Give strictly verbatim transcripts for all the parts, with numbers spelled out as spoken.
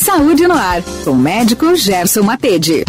Saúde no Ar, com o médico Gerson Matede.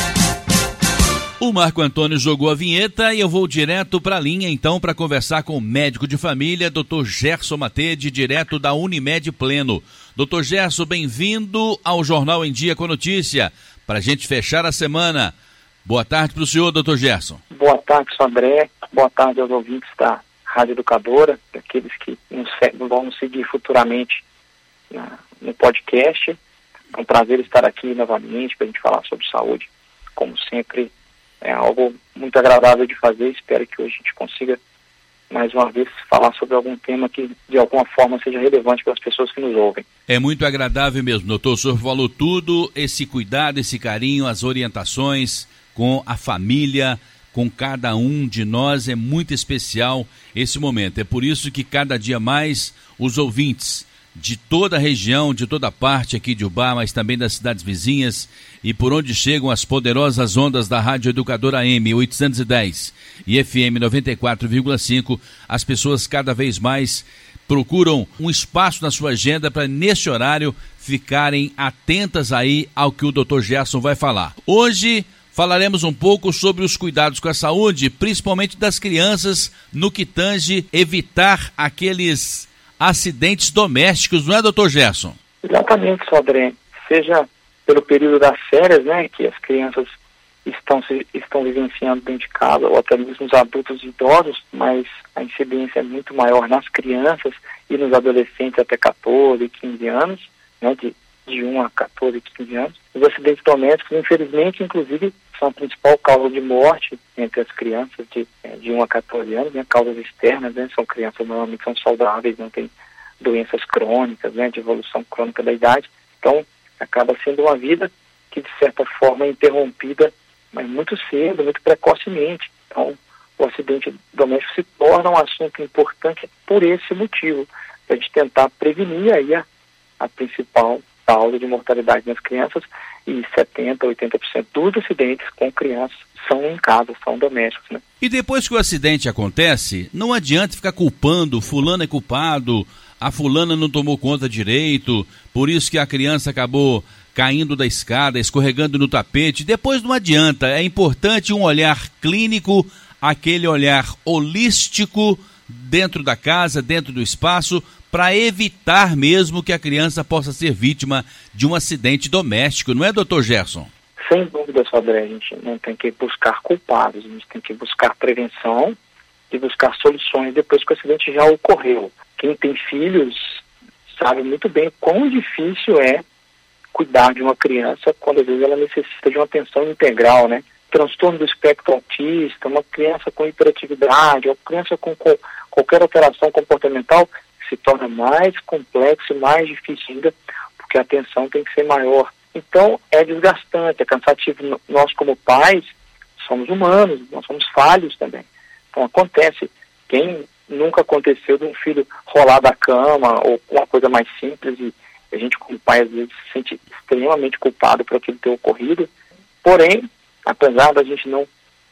O Marco Antônio jogou a vinheta e eu vou direto para a linha, então, para conversar com o médico de família, doutor Gerson Matede, direto da Unimed Pleno. doutor Gerson, bem-vindo ao Jornal em Dia com Notícia, para a gente fechar a semana. Boa tarde para o senhor, doutor Gerson. Boa tarde, senhor André. Boa tarde aos ouvintes da Rádio Educadora, aqueles que nos vão nos seguir futuramente na, no podcast. É um prazer estar aqui novamente para a gente falar sobre saúde, como sempre. É algo muito agradável de fazer. Espero que hoje a gente consiga, mais uma vez, falar sobre algum tema que, de alguma forma, seja relevante para as pessoas que nos ouvem. É muito agradável mesmo, doutor. O senhor falou tudo, esse cuidado, esse carinho, as orientações com a família, com cada um de nós. É muito especial esse momento. É por isso que cada dia mais os ouvintes de toda a região, de toda a parte aqui de Ubá, mas também das cidades vizinhas e por onde chegam as poderosas ondas da Rádio Educadora A M oitocentos e dez e F M noventa e quatro vírgula cinco, as pessoas cada vez mais procuram um espaço na sua agenda para, neste horário, ficarem atentas aí ao que o doutor Gerson vai falar. Hoje falaremos um pouco sobre os cuidados com a saúde, principalmente das crianças, no que tange evitar aqueles acidentes domésticos, não é, doutor Gerson? Exatamente, Sodré. Seja pelo período das férias, né, que as crianças estão, se, estão vivenciando dentro de casa, ou até mesmo os adultos e idosos, mas a incidência é muito maior nas crianças e nos adolescentes até catorze, quinze anos, né, de, de um a catorze, quinze anos. Os acidentes domésticos, infelizmente, inclusive, são a principal causa de morte entre as crianças de, de um a catorze anos, né, causas externas, né, são crianças normalmente são saudáveis, não têm doenças crônicas, né, de evolução crônica da idade, então acaba sendo uma vida que de certa forma é interrompida, mas muito cedo, muito precocemente. Então o acidente doméstico se torna um assunto importante por esse motivo, para a gente tentar prevenir aí a, a principal causa de mortalidade nas crianças, e setenta, oitenta por cento dos acidentes com crianças são em casa, são domésticos, né? E depois que o acidente acontece, não adianta ficar culpando, fulano é culpado, a fulana não tomou conta direito, por isso que a criança acabou caindo da escada, escorregando no tapete. Depois não adianta, é importante um olhar clínico, aquele olhar holístico dentro da casa, dentro do espaço, para evitar mesmo que a criança possa ser vítima de um acidente doméstico, não é, doutor Gerson? Sem dúvida, Sodré, a gente não tem que buscar culpados, a gente tem que buscar prevenção e buscar soluções depois que o acidente já ocorreu. Quem tem filhos sabe muito bem quão difícil é cuidar de uma criança quando às vezes ela necessita de uma atenção integral, né? Transtorno do espectro autista, uma criança com hiperatividade, uma criança com, com qualquer alteração comportamental, se torna mais complexo e mais difícil ainda, porque a atenção tem que ser maior. Então, é desgastante, é cansativo. Nós, como pais, somos humanos, nós somos falhos também. Então, acontece. Quem nunca aconteceu de um filho rolar da cama, ou uma coisa mais simples, e a gente, como pai, às vezes se sente extremamente culpado por aquilo ter ocorrido. Porém, apesar da gente não,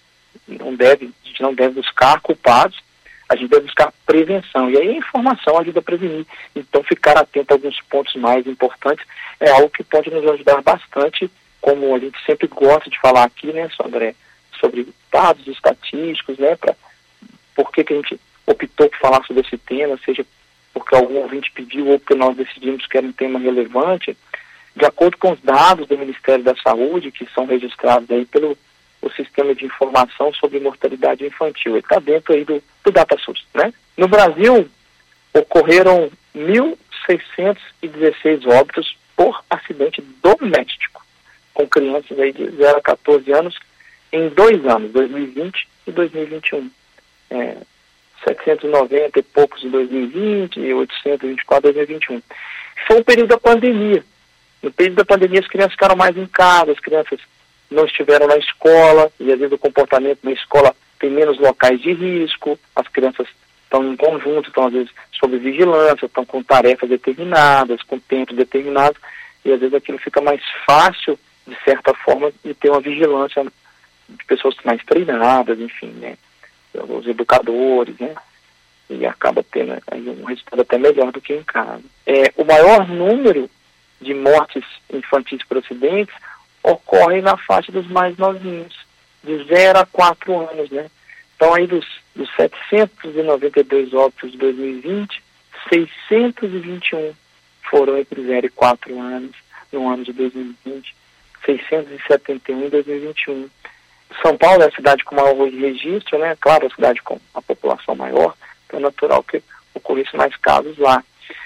não deve, a gente não deve buscar culpados, a gente deve buscar prevenção, e aí a informação ajuda a prevenir. Então, ficar atento a alguns pontos mais importantes é algo que pode nos ajudar bastante, como a gente sempre gosta de falar aqui, né, André, sobre dados estatísticos, né, pra, por que, que a gente optou por falar sobre esse tema, seja porque algum ouvinte pediu ou porque nós decidimos que era um tema relevante. De acordo com os dados do Ministério da Saúde, que são registrados aí pelo o Sistema de Informação sobre Mortalidade Infantil. Ele está dentro aí do, do DataSUS, né? No Brasil, ocorreram mil seiscentos e dezesseis óbitos por acidente doméstico, com crianças aí de zero a catorze anos, em dois anos, dois mil e vinte e dois mil e vinte e um. É, setecentos e noventa e poucos em dois mil e vinte e oitocentos e vinte e quatro em dois mil e vinte e um. Foi o período da pandemia. No período da pandemia, as crianças ficaram mais em casa, as crianças não estiveram na escola, e às vezes o comportamento na escola tem menos locais de risco, as crianças estão em conjunto, estão às vezes sob vigilância, estão com tarefas determinadas, com tempo determinado, e às vezes aquilo fica mais fácil, de certa forma, de ter uma vigilância de pessoas mais treinadas, enfim, né, os educadores, né, e acaba tendo aí um resultado até melhor do que em casa. É, o maior número de mortes infantis por acidentes ocorrem na faixa dos mais novinhos, de zero a quatro anos, né? Então, aí dos, dos setecentos e noventa e dois óbitos de dois mil e vinte, seiscentos e vinte e um foram entre zero e quatro anos no ano de dois mil e vinte, seiscentos e setenta e um em dois mil e vinte e um. São Paulo é a cidade com maior registro, né? Claro, a cidade com a população maior, então é natural que ocorresse mais casos lá.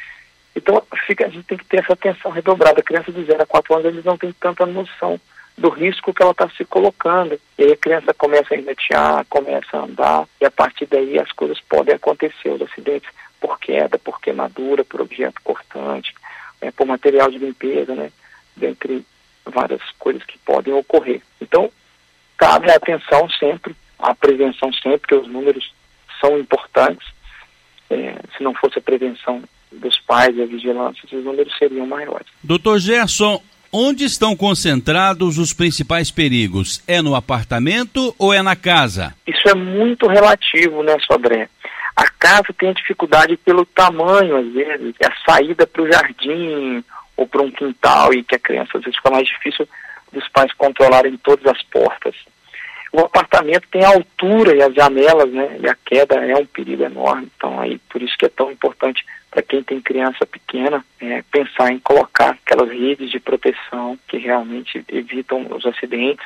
Então, fica, a gente tem que ter essa atenção redobrada. A criança de zero a quatro anos, eles não têm tanta noção do risco que ela está se colocando. E aí a criança começa a engatear, começa a andar, e a partir daí as coisas podem acontecer, os acidentes por queda, por queimadura, por objeto cortante, é, por material de limpeza, né? Dentre várias coisas que podem ocorrer. Então, cabe a atenção sempre, a prevenção sempre, porque os números são importantes. É, se não fosse a prevenção dos pais e a vigilância, esses números seriam maiores. doutor Gerson, onde estão concentrados os principais perigos? É no apartamento ou é na casa? Isso é muito relativo, né, Sodré? A casa tem a dificuldade pelo tamanho, às vezes, a saída para o jardim ou para um quintal, e que a criança, às vezes, fica mais difícil dos pais controlarem todas as portas. O apartamento tem a altura e as janelas, né? E a queda é um perigo enorme. Então, aí, por isso que é tão importante para quem tem criança pequena, é, pensar em colocar aquelas redes de proteção que realmente evitam os acidentes,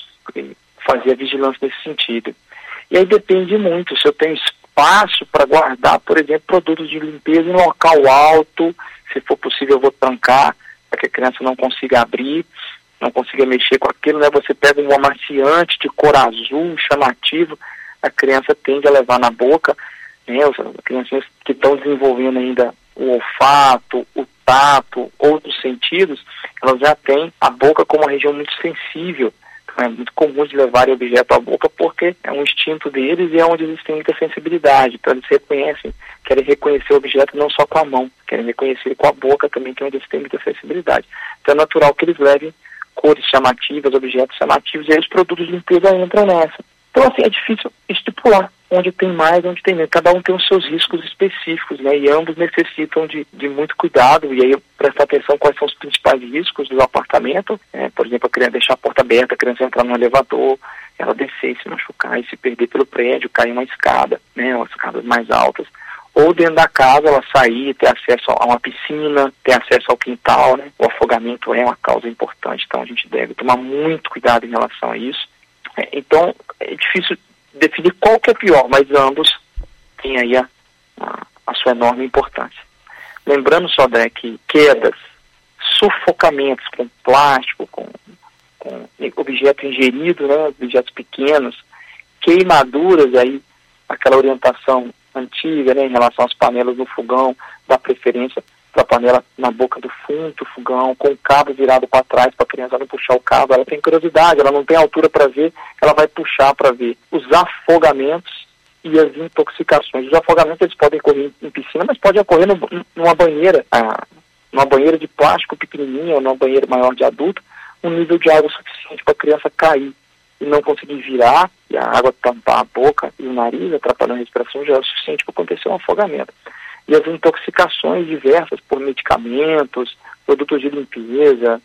e fazer a vigilância nesse sentido. E aí depende muito, se eu tenho espaço para guardar, por exemplo, produtos de limpeza em local alto, se for possível eu vou trancar, para que a criança não consiga abrir, não consiga mexer com aquilo, né? Você pega um amaciante de cor azul, chamativo, a criança tende a levar na boca, né? As crianças que estão desenvolvendo ainda o olfato, o tato, outros sentidos, elas já têm a boca como uma região muito sensível. Então é muito comum de levarem objeto à boca porque é um instinto deles e é onde eles têm muita sensibilidade. Então eles reconhecem, querem reconhecer o objeto não só com a mão, querem reconhecer com a boca também, que é onde eles têm muita sensibilidade. Então é natural que eles levem cores chamativas, objetos chamativos, e aí os produtos de limpeza entram nessa. Então, assim, é difícil estipular onde tem mais, onde tem menos. Cada um tem os seus riscos específicos, né? E ambos necessitam de, de muito cuidado, e aí prestar atenção quais são os principais riscos do apartamento. É, por exemplo, a criança deixar a porta aberta, a criança entrar no elevador, ela descer, se machucar e se perder pelo prédio, cair uma escada, né? As escadas mais altas. Ou dentro da casa ela sair, ter acesso a uma piscina, ter acesso ao quintal, né? O afogamento é uma causa importante, então a gente deve tomar muito cuidado em relação a isso. É, então, é difícil definir qual que é pior, mas ambos têm aí a, a, a sua enorme importância. Lembrando só, Dé, que quedas, sufocamentos com plástico, com, com objeto ingerido, né? Objetos pequenos, queimaduras, aí aquela orientação antiga, né, em relação às panelas do fogão, dá preferência para a panela na boca do fundo do fogão, com o cabo virado para trás para a criança não puxar o cabo. Ela tem curiosidade, ela não tem altura para ver, ela vai puxar para ver. Os afogamentos e as intoxicações. Os afogamentos eles podem ocorrer em piscina, mas pode ocorrer no, numa banheira, ah, numa banheira de plástico pequenininha ou numa banheira maior de adulto, um nível de água suficiente para a criança cair e não conseguir virar, e a água tampar a boca e o nariz, atrapalhando a respiração, já é o suficiente para acontecer um afogamento. E as intoxicações diversas por medicamentos, produtos de limpeza,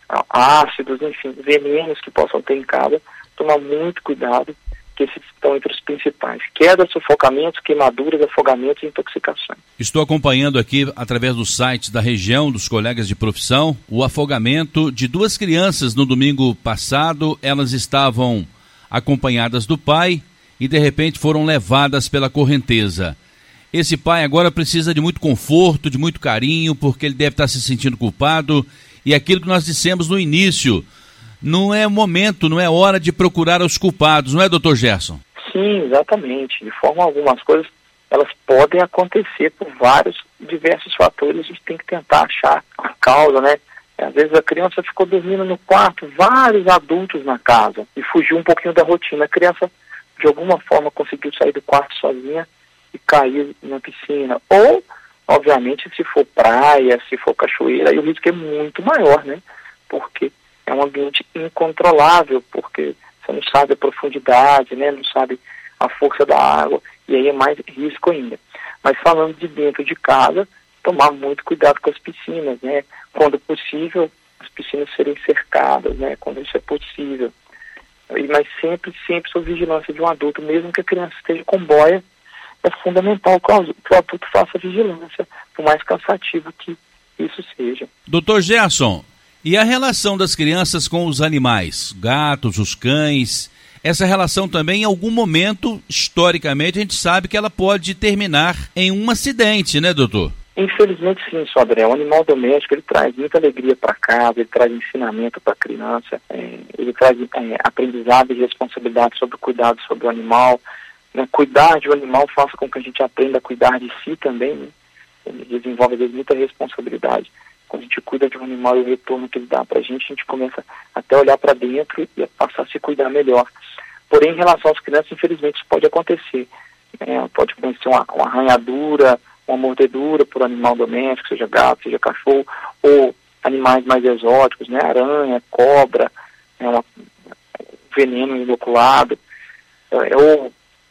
ácidos, enfim, venenos que possam ter em casa, tomar muito cuidado, que esses estão entre os principais. Quedas, sufocamentos, queimaduras, afogamentos e intoxicações. Estou acompanhando aqui, através dos sites da região, dos colegas de profissão, o afogamento de duas crianças no domingo passado. Elas estavam acompanhadas do pai e, de repente, foram levadas pela correnteza. Esse pai agora precisa de muito conforto, de muito carinho, porque ele deve estar se sentindo culpado. E aquilo que nós dissemos no início, não é momento, não é hora de procurar os culpados, não é, doutor Gerson? Sim, exatamente. De forma alguma, as coisas elas podem acontecer por vários, diversos fatores. A gente tem que tentar achar a causa, né? Às vezes a criança ficou dormindo no quarto, vários adultos na casa, e fugiu um pouquinho da rotina. A criança, de alguma forma, conseguiu sair do quarto sozinha e cair na piscina. Ou, obviamente, se for praia, se for cachoeira, aí o risco é muito maior, né? Porque é um ambiente incontrolável, porque você não sabe a profundidade, né? Não sabe a força da água, e aí é mais risco ainda. Mas falando de dentro de casa, tomar muito cuidado com as piscinas, né? Quando possível, as piscinas serem cercadas, né? Quando isso é possível. Mas sempre, sempre sob vigilância de um adulto, mesmo que a criança esteja com boia, é fundamental que o adulto faça vigilância, por mais cansativo que isso seja. doutor Gerson, e a relação das crianças com os animais, gatos, os cães, essa relação também, em algum momento, historicamente, a gente sabe que ela pode terminar em um acidente, né, doutor? Infelizmente sim, Sodré. O animal doméstico, ele traz muita alegria para casa, ele traz ensinamento para a criança, é, ele traz é, aprendizado e responsabilidade sobre o cuidado sobre o animal. Né? Cuidar de um animal faz com que a gente aprenda a cuidar de si também, né? Ele desenvolve, às vezes, muita responsabilidade. Quando a gente cuida de um animal e o retorno que ele dá para a gente, a gente começa até a olhar para dentro e a passar a se cuidar melhor. Porém, em relação às crianças, infelizmente, isso pode acontecer. Né? Pode acontecer uma, uma arranhadura, uma mordedura por animal doméstico, seja gato, seja cachorro, ou animais mais exóticos, né, aranha, cobra, né, uma, veneno inoculado, é, ou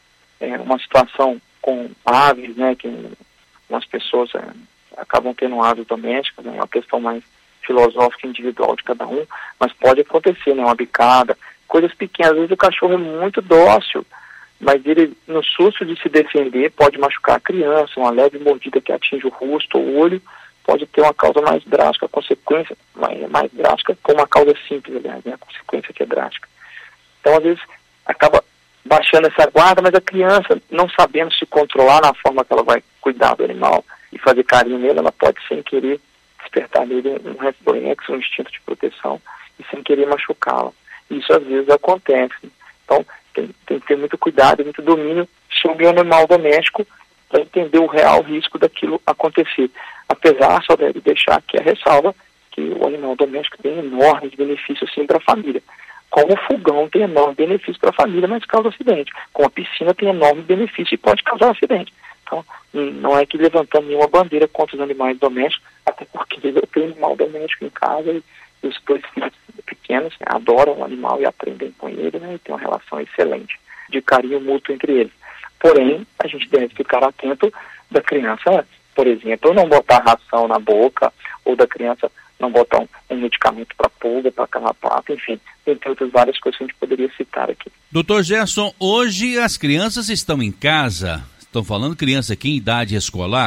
é, uma situação com aves, né, que umas pessoas é, acabam tendo aves domésticas, né, uma questão mais filosófica individual de cada um, mas pode acontecer, né, uma bicada, coisas pequenas. Às vezes o cachorro é muito dócil, mas ele, no susto de se defender, pode machucar a criança. Uma leve mordida que atinge o rosto ou o olho pode ter uma causa mais drástica, a consequência mais, mais drástica, com uma causa simples, aliás, né? A consequência que é drástica. Então, às vezes, acaba baixando essa guarda, mas a criança, não sabendo se controlar na forma que ela vai cuidar do animal e fazer carinho nele, ela pode, sem querer, despertar nele um reflexo, um instinto de proteção, e sem querer machucá-la. Isso, às vezes, acontece. Então, Tem, tem que ter muito cuidado e muito domínio sobre o animal doméstico para entender o real risco daquilo acontecer. Apesar, só deve deixar aqui a ressalva que o animal doméstico tem enormes benefícios sim para a família. Como o fogão tem enorme benefício para a família, mas causa acidente. Como a piscina tem enorme benefício e pode causar acidente. Então, não é que levantando nenhuma bandeira contra os animais domésticos, até porque eu tenho animal doméstico em casa e os dois filhos pequenos, né, adoram o animal e aprendem com ele, né, e tem uma relação excelente de carinho mútuo entre eles. Porém, a gente deve ficar atento da criança, por exemplo, não botar ração na boca, ou da criança não botar um, um medicamento para pulga, para carrapato, enfim, entre outras várias coisas que a gente poderia citar aqui. doutor Gerson, hoje as crianças estão em casa, estão falando criança aqui em idade escolar,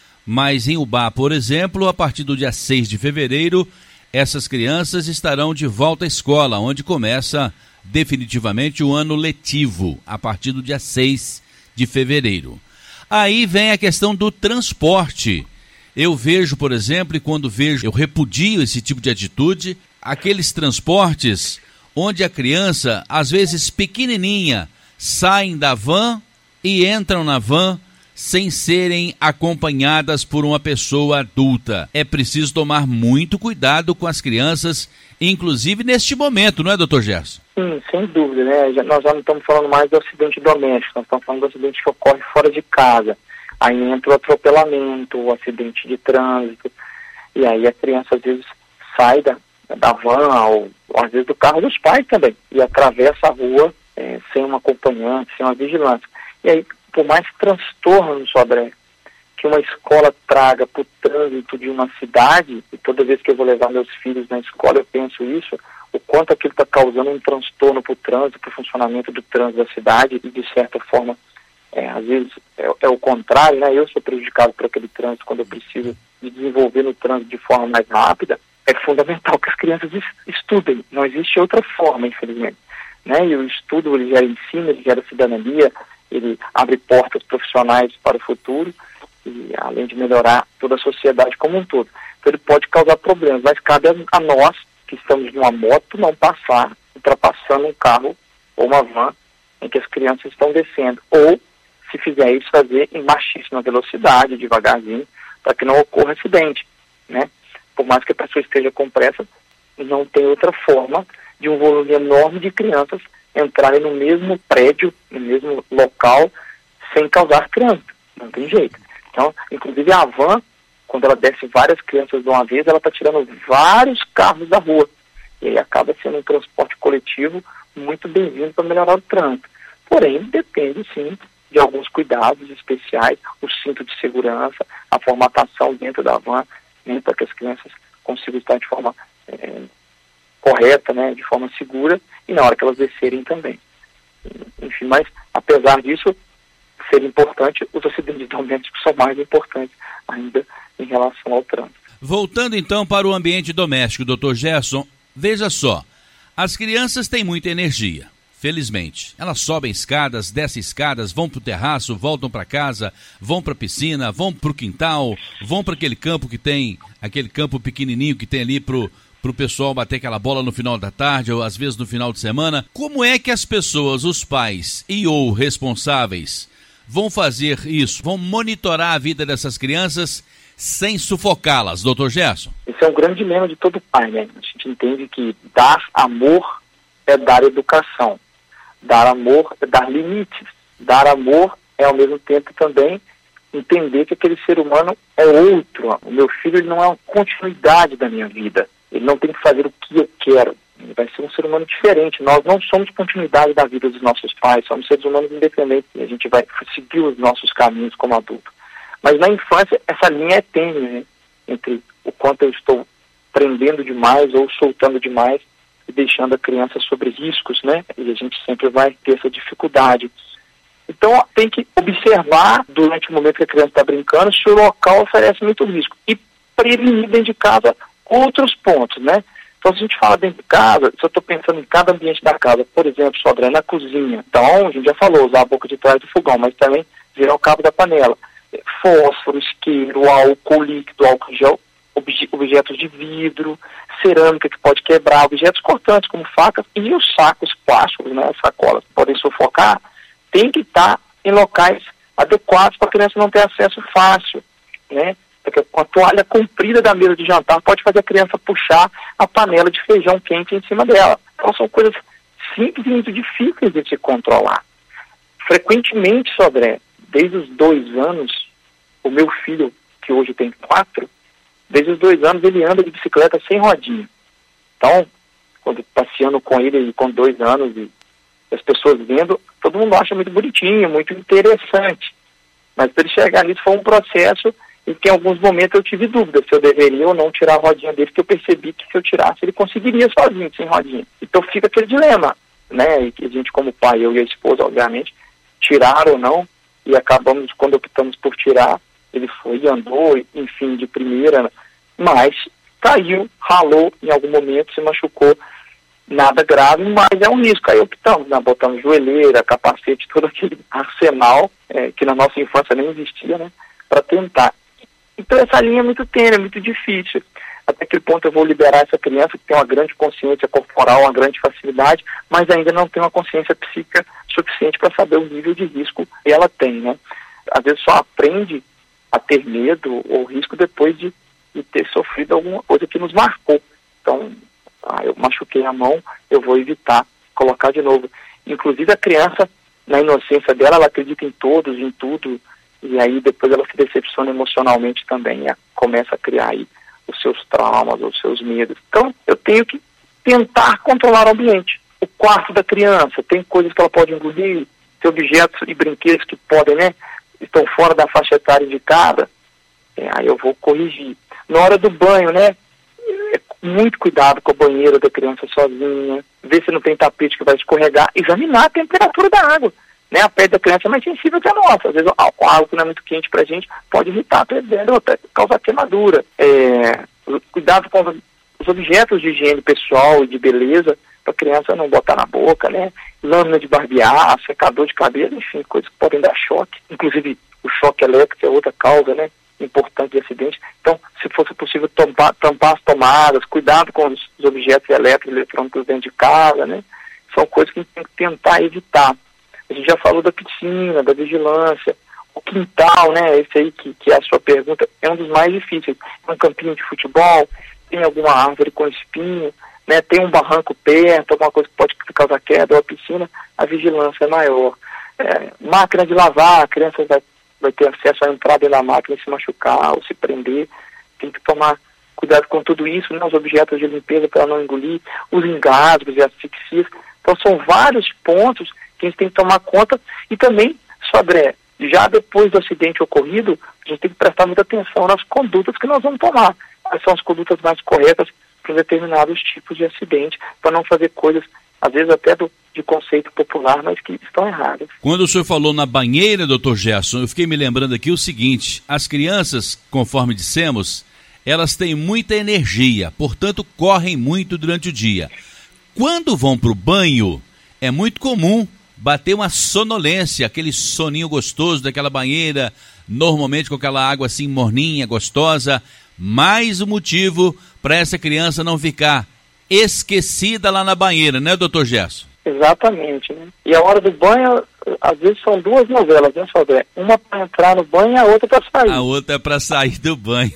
mas em Ubá, por exemplo, a partir do dia seis de fevereiro, essas crianças estarão de volta à escola, onde começa definitivamente o ano letivo, a partir do dia seis de fevereiro. Aí vem a questão do transporte. Eu vejo, por exemplo, e quando vejo, eu repudio esse tipo de atitude, aqueles transportes onde a criança, às vezes pequenininha, saem da van e entram na van sem serem acompanhadas por uma pessoa adulta. É preciso tomar muito cuidado com as crianças, inclusive neste momento, não é, doutor Gerson? Sim, sem dúvida, né? Já, nós já não estamos falando mais do acidente doméstico, nós estamos falando do acidente que ocorre fora de casa. Aí entra o atropelamento, o acidente de trânsito, e aí a criança às vezes sai da, da van, ou, ou às vezes do carro dos pais também, e atravessa a rua é, sem uma acompanhante, sem uma vigilância. E aí, por mais transtorno, Sodré, que uma escola traga para o trânsito de uma cidade, e toda vez que eu vou levar meus filhos na escola eu penso isso, o quanto aquilo está causando um transtorno para o trânsito, para o funcionamento do trânsito da cidade, e de certa forma, é, às vezes é, é o contrário, né? Eu sou prejudicado por aquele trânsito quando eu preciso de desenvolver no trânsito de forma mais rápida. É fundamental que as crianças estudem, não existe outra forma, infelizmente, né? E o estudo, ele gera ensino, ele gera cidadania, ele abre portas profissionais para o futuro, e além de melhorar toda a sociedade como um todo. Então ele pode causar problemas, mas cabe a, a nós, que estamos numa moto, não passar ultrapassando um carro ou uma van em que as crianças estão descendo. Ou, se fizer isso, fazer em baixíssima velocidade, devagarzinho, para que não ocorra acidente, né? Por mais que a pessoa esteja com pressa, não tem outra forma de um volume enorme de crianças entrarem no mesmo prédio, no mesmo local, sem causar trânsito. Não tem jeito. Então, inclusive a van, quando ela desce várias crianças de uma vez, ela está tirando vários carros da rua. E aí acaba sendo um transporte coletivo muito bem-vindo para melhorar o trânsito. Porém, depende, sim, de alguns cuidados especiais, o cinto de segurança, a formatação dentro da van, né, para que as crianças consigam estar de forma é, correta, né, de forma segura, e na hora que elas descerem também. Enfim, mas apesar disso ser importante, os acidentes domésticos são mais importantes ainda em relação ao trânsito. Voltando então para o ambiente doméstico, doutor Gerson, veja só, as crianças têm muita energia, felizmente. Elas sobem escadas, descem escadas, vão para o terraço, voltam para casa, vão para a piscina, vão para o quintal, vão para aquele campo que tem, aquele campo pequenininho que tem ali pro para o pessoal bater aquela bola no final da tarde ou às vezes no final de semana. Como é que as pessoas, os pais e ou responsáveis vão fazer isso? Vão monitorar a vida dessas crianças sem sufocá-las, doutor Gerson? Esse é um grande dilema de todo pai, né? A gente entende que dar amor é dar educação. Dar amor é dar limites. Dar amor é, ao mesmo tempo, também entender que aquele ser humano é outro. O meu filho ele não é uma continuidade da minha vida. Ele não tem que fazer o que eu quero. Ele vai ser um ser humano diferente. Nós não somos continuidade da vida dos nossos pais. Somos seres humanos independentes. E a gente vai seguir os nossos caminhos como adulto. Mas na infância, essa linha é tênue, né? Entre o quanto eu estou prendendo demais ou soltando demais e deixando a criança sobre riscos, né? E a gente sempre vai ter essa dificuldade. Então, tem que observar, durante o momento que a criança está brincando, se o local oferece muito risco. E prevenir dentro de casa outros pontos, né? Então, se a gente fala dentro de casa, se eu estou pensando em cada ambiente da casa, por exemplo, Sodré, na cozinha, então, a gente já falou, usar a boca de trás do fogão, mas também virar o cabo da panela. Fósforo, isqueiro, álcool líquido, álcool gel, obje- objetos de vidro, cerâmica que pode quebrar, objetos cortantes como facas e os sacos plásticos, né, as sacolas que podem sufocar, tem que estar em locais adequados para a criança não ter acesso fácil, né? Porque com a toalha comprida da mesa de jantar pode fazer a criança puxar a panela de feijão quente em cima dela. Então são coisas simples e muito difíceis de se controlar. Frequentemente, Sodré, desde os dois anos, o meu filho, que hoje tem quatro, desde os dois anos ele anda de bicicleta sem rodinha. Então, quando passeando com ele com dois anos e as pessoas vendo, todo mundo acha muito bonitinho, muito interessante. Mas para ele chegar nisso foi um processo em que em alguns momentos eu tive dúvida se eu deveria ou não tirar a rodinha dele, porque eu percebi que se eu tirasse ele conseguiria sozinho, sem rodinha. Então fica aquele dilema, né? E que a gente como pai, eu e a esposa, obviamente, tirar ou não, e acabamos, quando optamos por tirar, ele foi e andou, enfim, de primeira, mas caiu, ralou em algum momento, se machucou, nada grave, mas é um risco. Aí optamos, né? Botamos joelheira, capacete, todo aquele arsenal é, que na nossa infância nem existia, né? Para tentar. Então essa linha é muito tênue, é muito difícil. Até que ponto eu vou liberar essa criança que tem uma grande consciência corporal, uma grande facilidade, mas ainda não tem uma consciência psíquica suficiente para saber o nível de risco que ela tem, né? Às vezes só aprende a ter medo ou risco depois de, de ter sofrido alguma coisa que nos marcou. Então, ah, eu machuquei a mão, eu vou evitar colocar de novo. Inclusive a criança, na inocência dela, ela acredita em todos, em tudo, e aí depois ela se decepciona emocionalmente também, e começa a criar aí os seus traumas, os seus medos. Então, eu tenho que tentar controlar o ambiente. O quarto da criança, tem coisas que ela pode engolir, tem objetos e brinquedos que podem, né, estão fora da faixa etária indicada, é, aí eu vou corrigir. Na hora do banho, né, é, muito cuidado com a banheira da criança sozinha, ver se não tem tapete que vai escorregar, examinar a temperatura da água. Né, a pele da criança é mais sensível que a nossa. Às vezes a água que não é muito quente pra gente pode irritar a pele dela ou até causar queimadura. É, cuidado com os objetos de higiene pessoal e de beleza para a criança não botar na boca, né? Lâmina de barbear, secador de cabelo, enfim, coisas que podem dar choque. Inclusive o choque elétrico é outra causa, né, importante de acidente. Então, se fosse possível tampar, tampar as tomadas, cuidado com os, os objetos elétricos e eletrônicos dentro de casa, né? São coisas que a gente tem que tentar evitar. A gente já falou da piscina, da vigilância, o quintal, né, esse aí que, que é a sua pergunta, é um dos mais difíceis. Um campinho de futebol, tem alguma árvore com espinho, né, tem um barranco perto, alguma coisa que pode causar queda, ou a piscina, a vigilância é maior. É, máquina de lavar, a criança vai, vai ter acesso a entrar dentro da máquina e se machucar ou se prender, tem que tomar cuidado com tudo isso, né, os objetos de limpeza para não engolir, os engasgos e asfixias. Então são vários pontos que a gente tem que tomar conta e também Sodré, já depois do acidente ocorrido, a gente tem que prestar muita atenção nas condutas que nós vamos tomar. Quais são as condutas mais corretas para determinados tipos de acidente, para não fazer coisas, às vezes até do, de conceito popular, mas que estão erradas. Quando o senhor falou na banheira, doutor Gerson, eu fiquei me lembrando aqui o seguinte: as crianças, conforme dissemos, elas têm muita energia, portanto correm muito durante o dia. Quando vão para o banho, é muito comum bater uma sonolência, aquele soninho gostoso daquela banheira, normalmente com aquela água assim morninha, gostosa. Mais um motivo para essa criança não ficar esquecida lá na banheira, né, doutor Gerson? Exatamente, né? E a hora do banho, às vezes são duas novelas, né, Sodré? Uma para entrar no banho e a outra para sair. A outra é para sair do banho.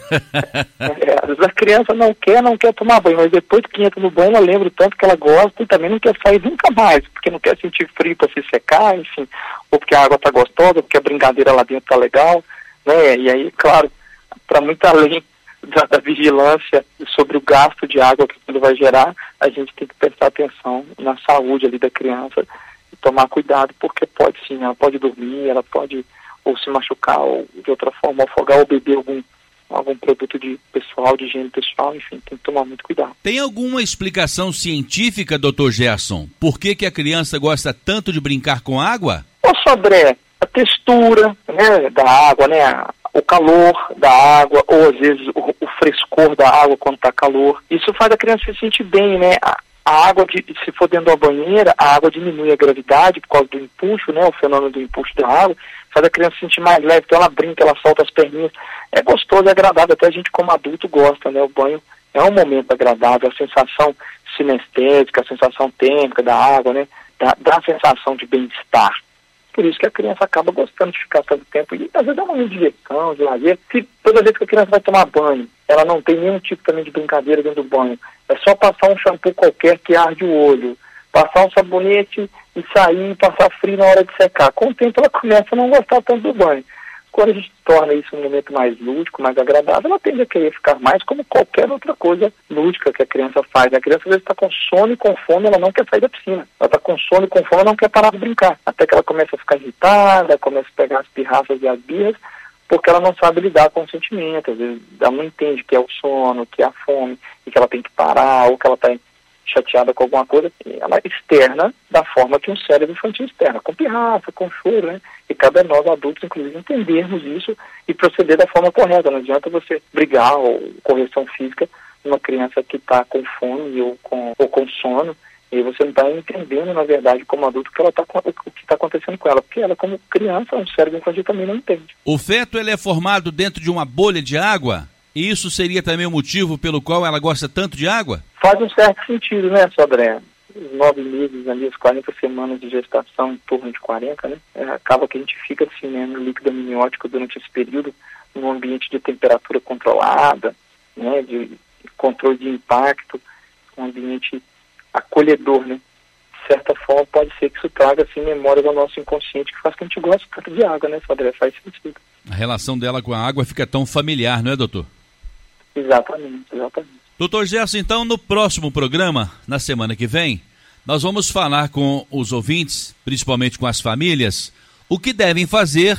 É, às vezes a criança não quer, não quer tomar banho, mas depois que entra no banho, ela lembra o tanto que ela gosta e também não quer sair nunca mais, porque não quer sentir frio para se secar, enfim, ou porque a água está gostosa, ou porque a brincadeira lá dentro está legal, né? E aí, claro, para muito além Da, da vigilância sobre o gasto de água que aquilo vai gerar, a gente tem que prestar atenção na saúde ali da criança e tomar cuidado, porque pode sim, ela pode dormir, ela pode ou se machucar, ou de outra forma afogar, ou beber algum, algum produto de pessoal, de higiene pessoal, enfim, tem que tomar muito cuidado. Tem alguma explicação científica, doutor Gerson, por que que a criança gosta tanto de brincar com água? Ô Sodré, a textura, né, da água, né, o calor da água, ou às vezes o, o frescor da água quando está calor. Isso faz a criança se sentir bem, né? A, a água, de, se for dentro da banheira, a água diminui a gravidade por causa do empuxo, né? O fenômeno do empuxo da água, faz a criança se sentir mais leve, então ela brinca, ela solta as perninhas. É gostoso, é agradável, até a gente como adulto gosta, né? O banho é um momento agradável, a sensação sinestésica, a sensação térmica da água, né? Dá, dá a sensação de bem-estar. Por isso que a criança acaba gostando de ficar tanto tempo. E às vezes é um momento de diversão, de lazer. Se toda vez que a criança vai tomar banho, ela não tem nenhum tipo também de brincadeira dentro do banho. É só passar um shampoo qualquer que arde o olho, passar um sabonete e sair e passar frio na hora de secar. Com o tempo ela começa a não gostar tanto do banho. Quando a gente torna isso um momento mais lúdico, mais agradável, ela tende a querer ficar mais como qualquer outra coisa lúdica que a criança faz. A criança às vezes está com sono e com fome, ela não quer sair da piscina. Ela está com sono e com fome, ela não quer parar de brincar. Até que ela começa a ficar irritada, começa a pegar as pirraças e as birras, porque ela não sabe lidar com o sentimento. Às vezes ela não entende que é o sono, que é a fome, e que ela tem que parar, ou que ela está chateada com alguma coisa, ela externa da forma que um cérebro infantil externa, com pirraça, com choro, né? E cabe a nós adultos, inclusive, entendermos isso e proceder da forma correta. Não adianta você brigar ou correção física numa criança que está com fome ou com, ou com sono, e você não está entendendo, na verdade, como adulto, que ela tá, o que está acontecendo com ela, porque ela, como criança, um cérebro infantil também não entende. O feto ele é formado dentro de uma bolha de água? E isso seria também o motivo pelo qual ela gosta tanto de água? Faz um certo sentido, né, Sodré? Os nove meses ali, as quarenta semanas de gestação, em torno de quarenta, né? É, acaba que a gente fica assim, né, no líquido amniótico durante esse período, num ambiente de temperatura controlada, né, de controle de impacto, um ambiente acolhedor, né? De certa forma, pode ser que isso traga, assim, memórias ao nosso inconsciente, que faz que a gente goste tanto de água, né, Sodré? Faz sentido. A relação dela com a água fica tão familiar, não é, doutor? Exatamente, exatamente. Doutor Gerson, então, no próximo programa, na semana que vem, nós vamos falar com os ouvintes, principalmente com as famílias, o que devem fazer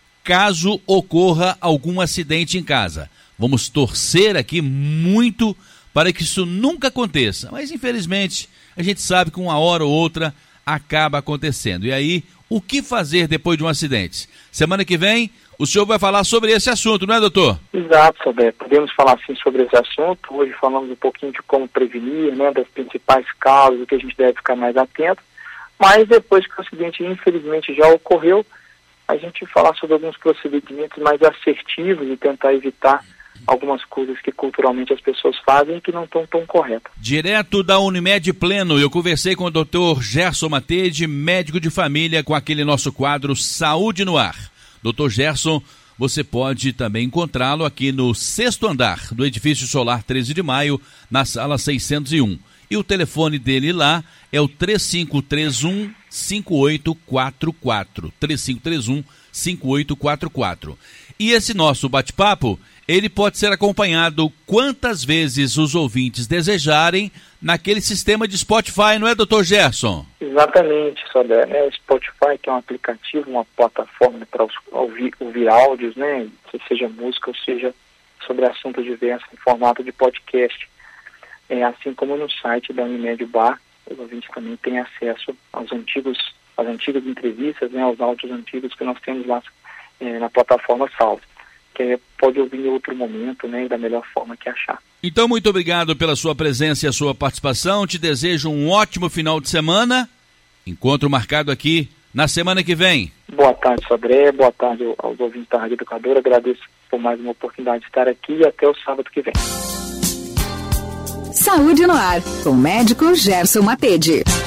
caso ocorra algum acidente em casa. Vamos torcer aqui muito para que isso nunca aconteça, mas infelizmente a gente sabe que uma hora ou outra acaba acontecendo. E aí, o que fazer depois de um acidente? Semana que vem, o senhor vai falar sobre esse assunto, não é, doutor? Exato, Sodré. Podemos falar sim sobre esse assunto. Hoje falamos um pouquinho de como prevenir, né, das principais causas, do que a gente deve ficar mais atento. Mas depois que o acidente infelizmente já ocorreu, a gente falar sobre alguns procedimentos mais assertivos e tentar evitar algumas coisas que culturalmente as pessoas fazem e que não estão tão corretas. Direto da Unimed Pleno, eu conversei com o doutor Gerson Matede, médico de família, com aquele nosso quadro Saúde no Ar. doutor Gerson, você pode também encontrá-lo aqui no sexto andar do edifício Solar treze de maio, na sala seiscentos e um. E o telefone dele lá é o três cinco três um, cinco oito quatro quatro. três cinco três um, cinco oito quatro quatro. E esse nosso bate-papo ele pode ser acompanhado quantas vezes os ouvintes desejarem naquele sistema de Spotify, não é, doutor Gerson? Exatamente, Sodré. É, o Spotify, que é um aplicativo, uma plataforma para ouvir, ouvir áudios, né, seja música ou seja sobre assuntos diversos em formato de podcast. É, assim como no site da Unimed Bar, os ouvintes também têm acesso aos antigos, às antigas entrevistas, né, aos áudios antigos que nós temos lá é, na plataforma Salve, que é, pode ouvir em outro momento, né, da melhor forma que achar. Então, muito obrigado pela sua presença e a sua participação. Te desejo um ótimo final de semana. Encontro marcado aqui na semana que vem. Boa tarde, Sodré. Boa tarde aos ouvintes da Rádio Educadora. Agradeço por mais uma oportunidade de estar aqui e até o sábado que vem. Saúde no ar, com o médico Gerson Matede.